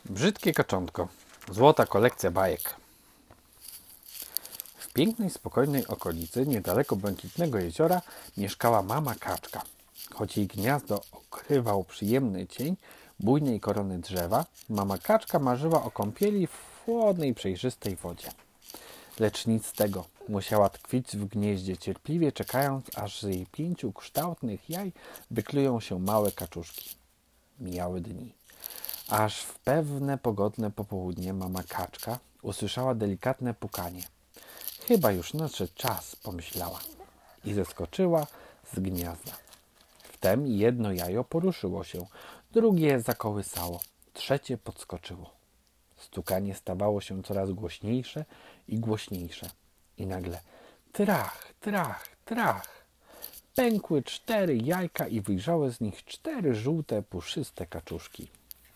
Brzydkie kaczątko. Złota kolekcja bajek. W pięknej, spokojnej okolicy, niedaleko błękitnego jeziora, mieszkała mama kaczka. Choć jej gniazdo okrywał przyjemny cień bujnej korony drzewa, mama kaczka marzyła o kąpieli w chłodnej, przejrzystej wodzie. Lecz nic z tego. Musiała tkwić w gnieździe, cierpliwie czekając, aż z jej 5 kształtnych jaj wyklują się małe kaczuszki. Mijały dni. Aż w pewne pogodne popołudnie mama kaczka usłyszała delikatne pukanie. Chyba już nadszedł czas, pomyślała i zeskoczyła z gniazda. Wtem jedno jajo poruszyło się, drugie zakołysało, trzecie podskoczyło. Stukanie stawało się coraz głośniejsze i głośniejsze. I nagle trach, trach, trach. Pękły 4 jajka i wyjrzały z nich 4 żółte, puszyste kaczuszki.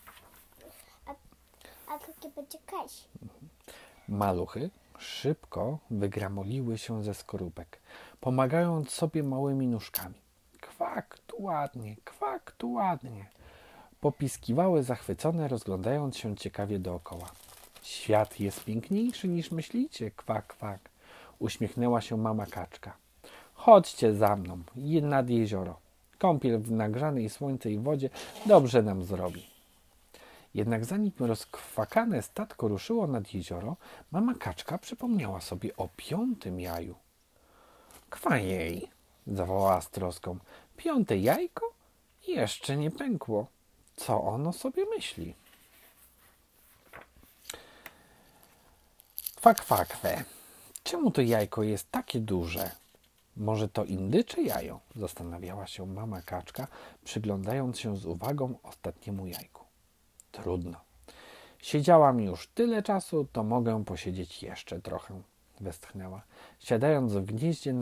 A to będzie Kaś. Maluchy szybko wygramoliły się ze skorupek, pomagając sobie małymi nóżkami. Kwak, tu ładnie, kwak, tu ładnie. Popiskiwały zachwycone, rozglądając się ciekawie dookoła. Świat jest piękniejszy niż myślicie, kwak, kwak. Uśmiechnęła się mama kaczka. Chodźcie za mną, nad jezioro. Kąpiel w nagrzanej słońcem wodzie dobrze nam zrobi. Jednak zanim rozkwakane statko ruszyło nad jezioro, mama kaczka przypomniała sobie o 5. jaju. Kwa jej, zawołała z troską. 5. jajko? Jeszcze nie pękło. Co ono sobie myśli? Kwakwe. Czemu to jajko jest takie duże? Może to indycze jajo? Zastanawiała się mama kaczka, przyglądając się z uwagą ostatniemu jajku. Trudno. Siedziałam już tyle czasu, to mogę posiedzieć jeszcze trochę, westchnęła, siadając w gnieździe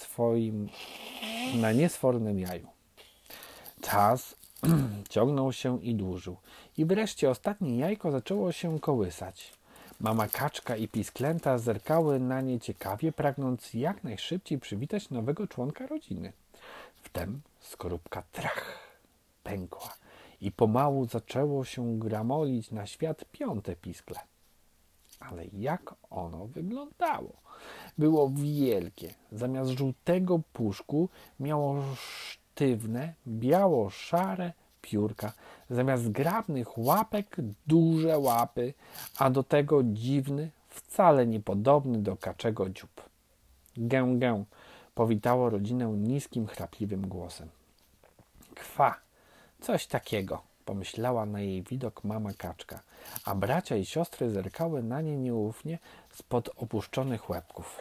na niesfornym jaju. Czas ciągnął się i dłużył i wreszcie ostatnie jajko zaczęło się kołysać. Mama kaczka i pisklęta zerkały na nie ciekawie, pragnąc jak najszybciej przywitać nowego członka rodziny. Wtem skorupka trach pękła i pomału zaczęło się gramolić na świat 5. piskle. Ale jak ono wyglądało? Było wielkie. Zamiast żółtego puszku miało sztywne, biało-szare piórka. Zamiast zgrabnych łapek duże łapy, a do tego dziwny, wcale niepodobny do kaczego dziób. Gę, gę, powitało rodzinę niskim, chrapliwym głosem. Kwa, coś takiego, pomyślała na jej widok mama kaczka, a bracia i siostry zerkały na nie nieufnie spod opuszczonych łebków.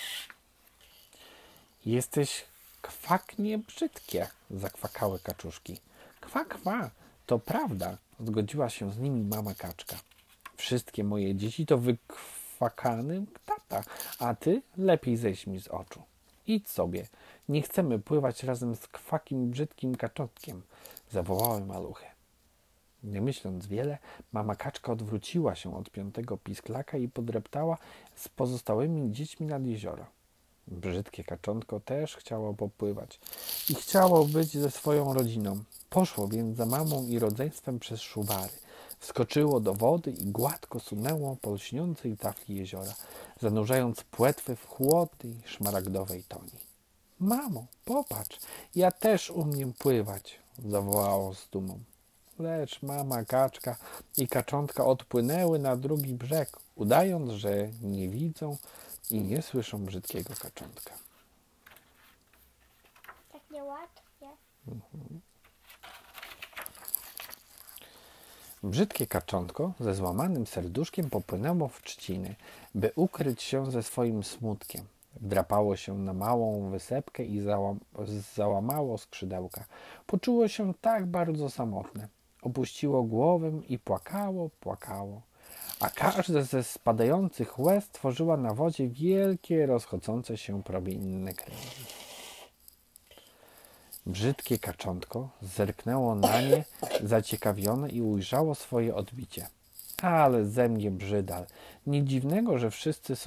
Jesteś kwaknie brzydkie, zakwakały kaczuszki. Kwa, kwa, to prawda, zgodziła się z nimi mama kaczka. Wszystkie moje dzieci to wykwakany tata, a ty lepiej zejdź mi z oczu. Idź sobie, nie chcemy pływać razem z kwakim, brzydkim kaczątkiem, zawołały maluchy. Nie myśląc wiele, mama kaczka odwróciła się od 5. pisklaka i podreptała z pozostałymi dziećmi nad jezioro. Brzydkie kaczątko też chciało popływać i chciało być ze swoją rodziną. Poszło więc za mamą i rodzeństwem przez szuwary. Wskoczyło do wody i gładko sunęło po lśniącej tafli jeziora, zanurzając płetwy w chłodnej, szmaragdowej toni. Mamo, popatrz, ja też umiem pływać, zawołało z dumą. Lecz mama kaczka i kaczątka odpłynęły na drugi brzeg, udając, że nie widzą i nie słyszą brzydkiego kaczątka. Tak niełatwie. Brzydkie kaczątko ze złamanym serduszkiem popłynęło w trzciny, by ukryć się ze swoim smutkiem. Wdrapało się na małą wysepkę i załamało skrzydełka. Poczuło się tak bardzo samotne. Opuściło głowę i płakało, płakało. A każda ze spadających łez tworzyła na wodzie wielkie, rozchodzące się promienne kręgi. Brzydkie kaczątko zerknęło na nie zaciekawione i ujrzało swoje odbicie. Ale ze mnie brzydal. Nie dziwnego, że wszyscy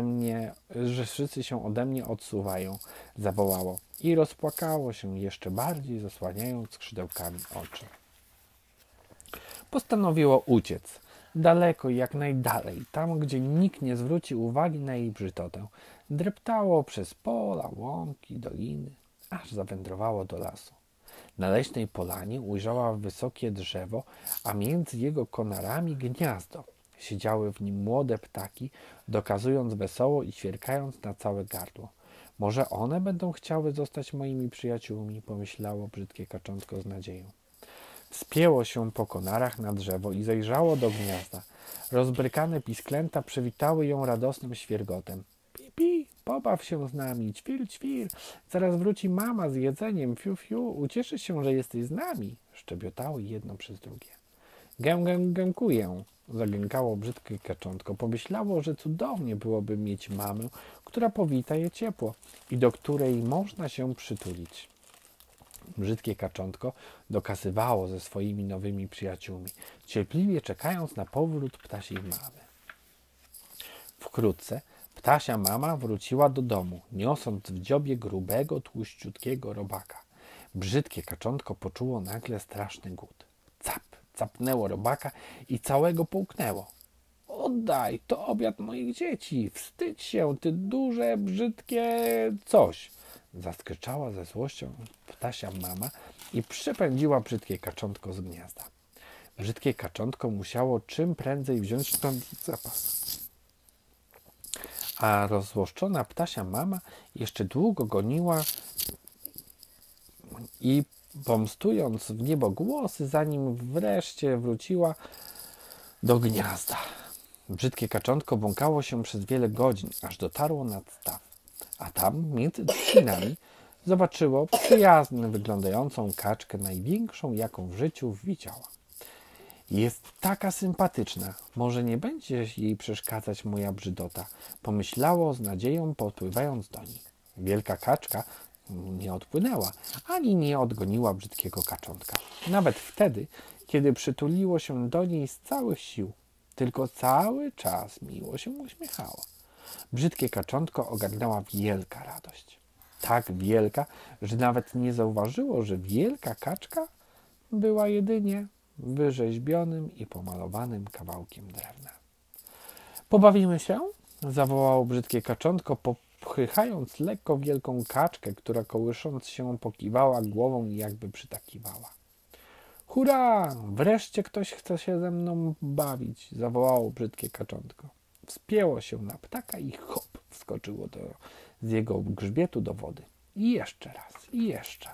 się ode mnie odsuwają, zawołało i rozpłakało się jeszcze bardziej, zasłaniając skrzydełkami oczy. Postanowiło uciec, Daleko, jak najdalej, tam, gdzie nikt nie zwróci uwagi na jej brzydotę. Dreptało przez pola, łąki, doliny, aż zawędrowało do lasu. Na leśnej polanie ujrzała wysokie drzewo, a między jego konarami gniazdo. Siedziały w nim młode ptaki, dokazując wesoło i ćwierkając na całe gardło. Może one będą chciały zostać moimi przyjaciółmi, pomyślało brzydkie kaczątko z nadzieją. Wspięło się po konarach na drzewo i zajrzało do gniazda. Rozbrykane pisklęta przywitały ją radosnym świergotem. Pi, pi, pobaw się z nami, ćwir, ćwir. Zaraz wróci mama z jedzeniem, fiu, fiu. Ucieszy się, że jesteś z nami. Szczebiotały jedno przez drugie. Gę, gę, gękuję, zagękało brzydkie kaczątko. Pomyślało, że cudownie byłoby mieć mamę, która powita je ciepło i do której można się przytulić. Brzydkie kaczątko dokazywało ze swoimi nowymi przyjaciółmi, cierpliwie czekając na powrót ptasiej mamy. Wkrótce ptasia mama wróciła do domu, niosąc w dziobie grubego, tłuściutkiego robaka. Brzydkie kaczątko poczuło nagle straszny głód. Cap, capnęło robaka i całego połknęło. Oddaj, to obiad moich dzieci, wstydź się, ty duże, brzydkie coś. Zaskrzyczała ze złością ptasia mama i przypędziła brzydkie kaczątko z gniazda. Brzydkie kaczątko musiało czym prędzej wziąć stąd zapas. A rozzłoszczona ptasia mama jeszcze długo goniła i pomstując w niebo głosy, zanim wreszcie wróciła do gniazda. Brzydkie kaczątko błąkało się przez wiele godzin, aż dotarło nad staw. A tam, między trzcinami, zobaczyło przyjaznie wyglądającą kaczkę, największą, jaką w życiu widziała. Jest taka sympatyczna, może nie będzie jej przeszkadzać moja brzydota, pomyślało z nadzieją, podpływając do niej. Wielka kaczka nie odpłynęła, ani nie odgoniła brzydkiego kaczątka. Nawet wtedy, kiedy przytuliło się do niej z całych sił, tylko cały czas miło się uśmiechało. Brzydkie kaczątko ogarnęła wielka radość. Tak wielka, że nawet nie zauważyło, że wielka kaczka była jedynie wyrzeźbionym i pomalowanym kawałkiem drewna. Pobawimy się? Zawołało brzydkie kaczątko, popychając lekko wielką kaczkę, która kołysząc się pokiwała głową i jakby przytakiwała. Hurra! Wreszcie ktoś chce się ze mną bawić, zawołało brzydkie kaczątko. Wspięło się na ptaka i hop, wskoczyło z jego grzbietu do wody. I jeszcze raz, i jeszcze.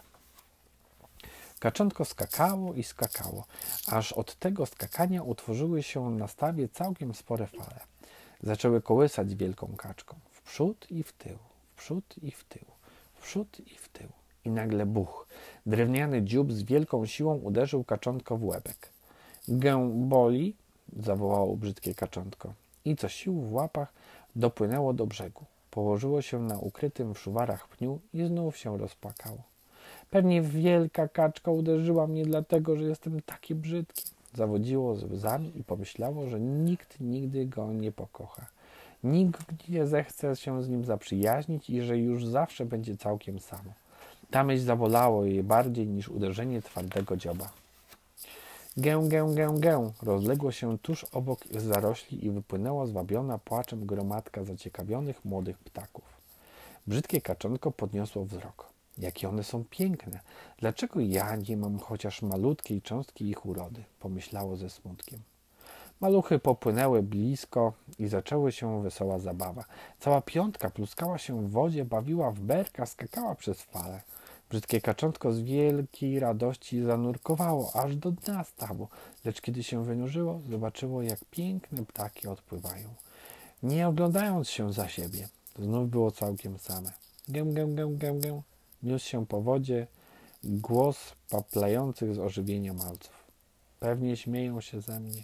Kaczątko skakało i skakało, aż od tego skakania utworzyły się na stawie całkiem spore fale. Zaczęły kołysać wielką kaczką. W przód i w tył, w przód i w tył, w przód i w tył. I nagle buch. Drewniany dziób z wielką siłą uderzył kaczątko w łebek. Gę boli, zawołało brzydkie kaczątko. I co sił w łapach dopłynęło do brzegu. Położyło się na ukrytym w szuwarach pniu i znów się rozpłakało. Pewnie wielka kaczka uderzyła mnie dlatego, że jestem taki brzydki. Zawodziło z łzami i pomyślało, że nikt nigdy go nie pokocha. Nikt nie zechce się z nim zaprzyjaźnić i że już zawsze będzie całkiem samo. Ta myśl zabolało jej bardziej niż uderzenie twardego dzioba. Gę, gę, gę, gę, rozległo się tuż obok z zarośli i wypłynęła zwabiona płaczem gromadka zaciekawionych młodych ptaków. Brzydkie kaczątko podniosło wzrok. Jakie one są piękne! Dlaczego ja nie mam chociaż malutkiej cząstki ich urody? Pomyślało ze smutkiem. Maluchy popłynęły blisko i zaczęła się wesoła zabawa. Cała piątka pluskała się w wodzie, bawiła w berka, skakała przez fale. Brzydkie kaczątko z wielkiej radości zanurkowało aż do dna stawu, lecz kiedy się wynurzyło, zobaczyło, jak piękne ptaki odpływają. Nie oglądając się za siebie, znów było całkiem same. Gę, gę, gę, gę, gę. Niósł się po wodzie głos paplających z ożywienia malców. Pewnie śmieją się ze mnie.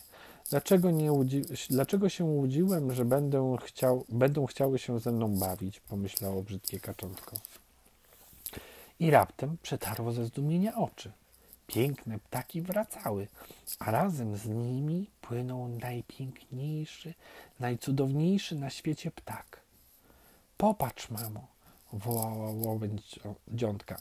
Dlaczego się łudziłem, że będą chciały się ze mną bawić? Pomyślało brzydkie kaczątko. I raptem przetarło ze zdumienia oczy. Piękne ptaki wracały, a razem z nimi płynął najpiękniejszy, najcudowniejszy na świecie ptak. Popatrz, mamo, wołała łabędziątka.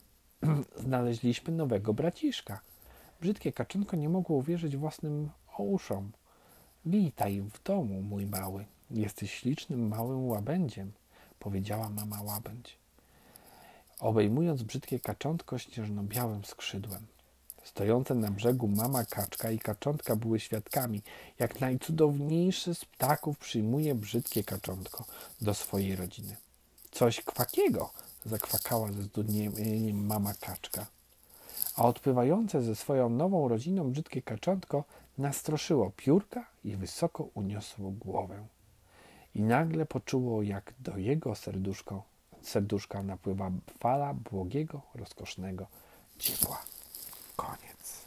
Znaleźliśmy nowego braciszka. Brzydkie kaczynko nie mogło uwierzyć własnym uszom. Witaj w domu, mój mały. Jesteś ślicznym małym łabędziem, powiedziała mama łabędź, obejmując brzydkie kaczątko śnieżno-białym skrzydłem. Stojące na brzegu mama kaczka i kaczątka były świadkami, jak najcudowniejszy z ptaków przyjmuje brzydkie kaczątko do swojej rodziny. Coś kwakiego, zakwakała ze zdumieniem mama kaczka. A odpływające ze swoją nową rodziną brzydkie kaczątko nastroszyło piórka i wysoko uniosło głowę. I nagle poczuło, jak do jego serduszka napływa fala błogiego, rozkosznego ciepła. Koniec.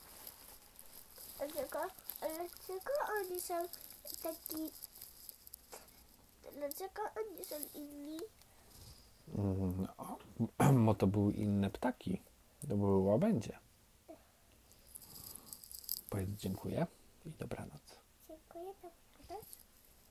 Dlaczego oni są taki... Dlaczego oni są inni? Bo to były inne ptaki. To były łabędzie. Powiedz dziękuję i dobranoc. Dziękuję, dobranoc.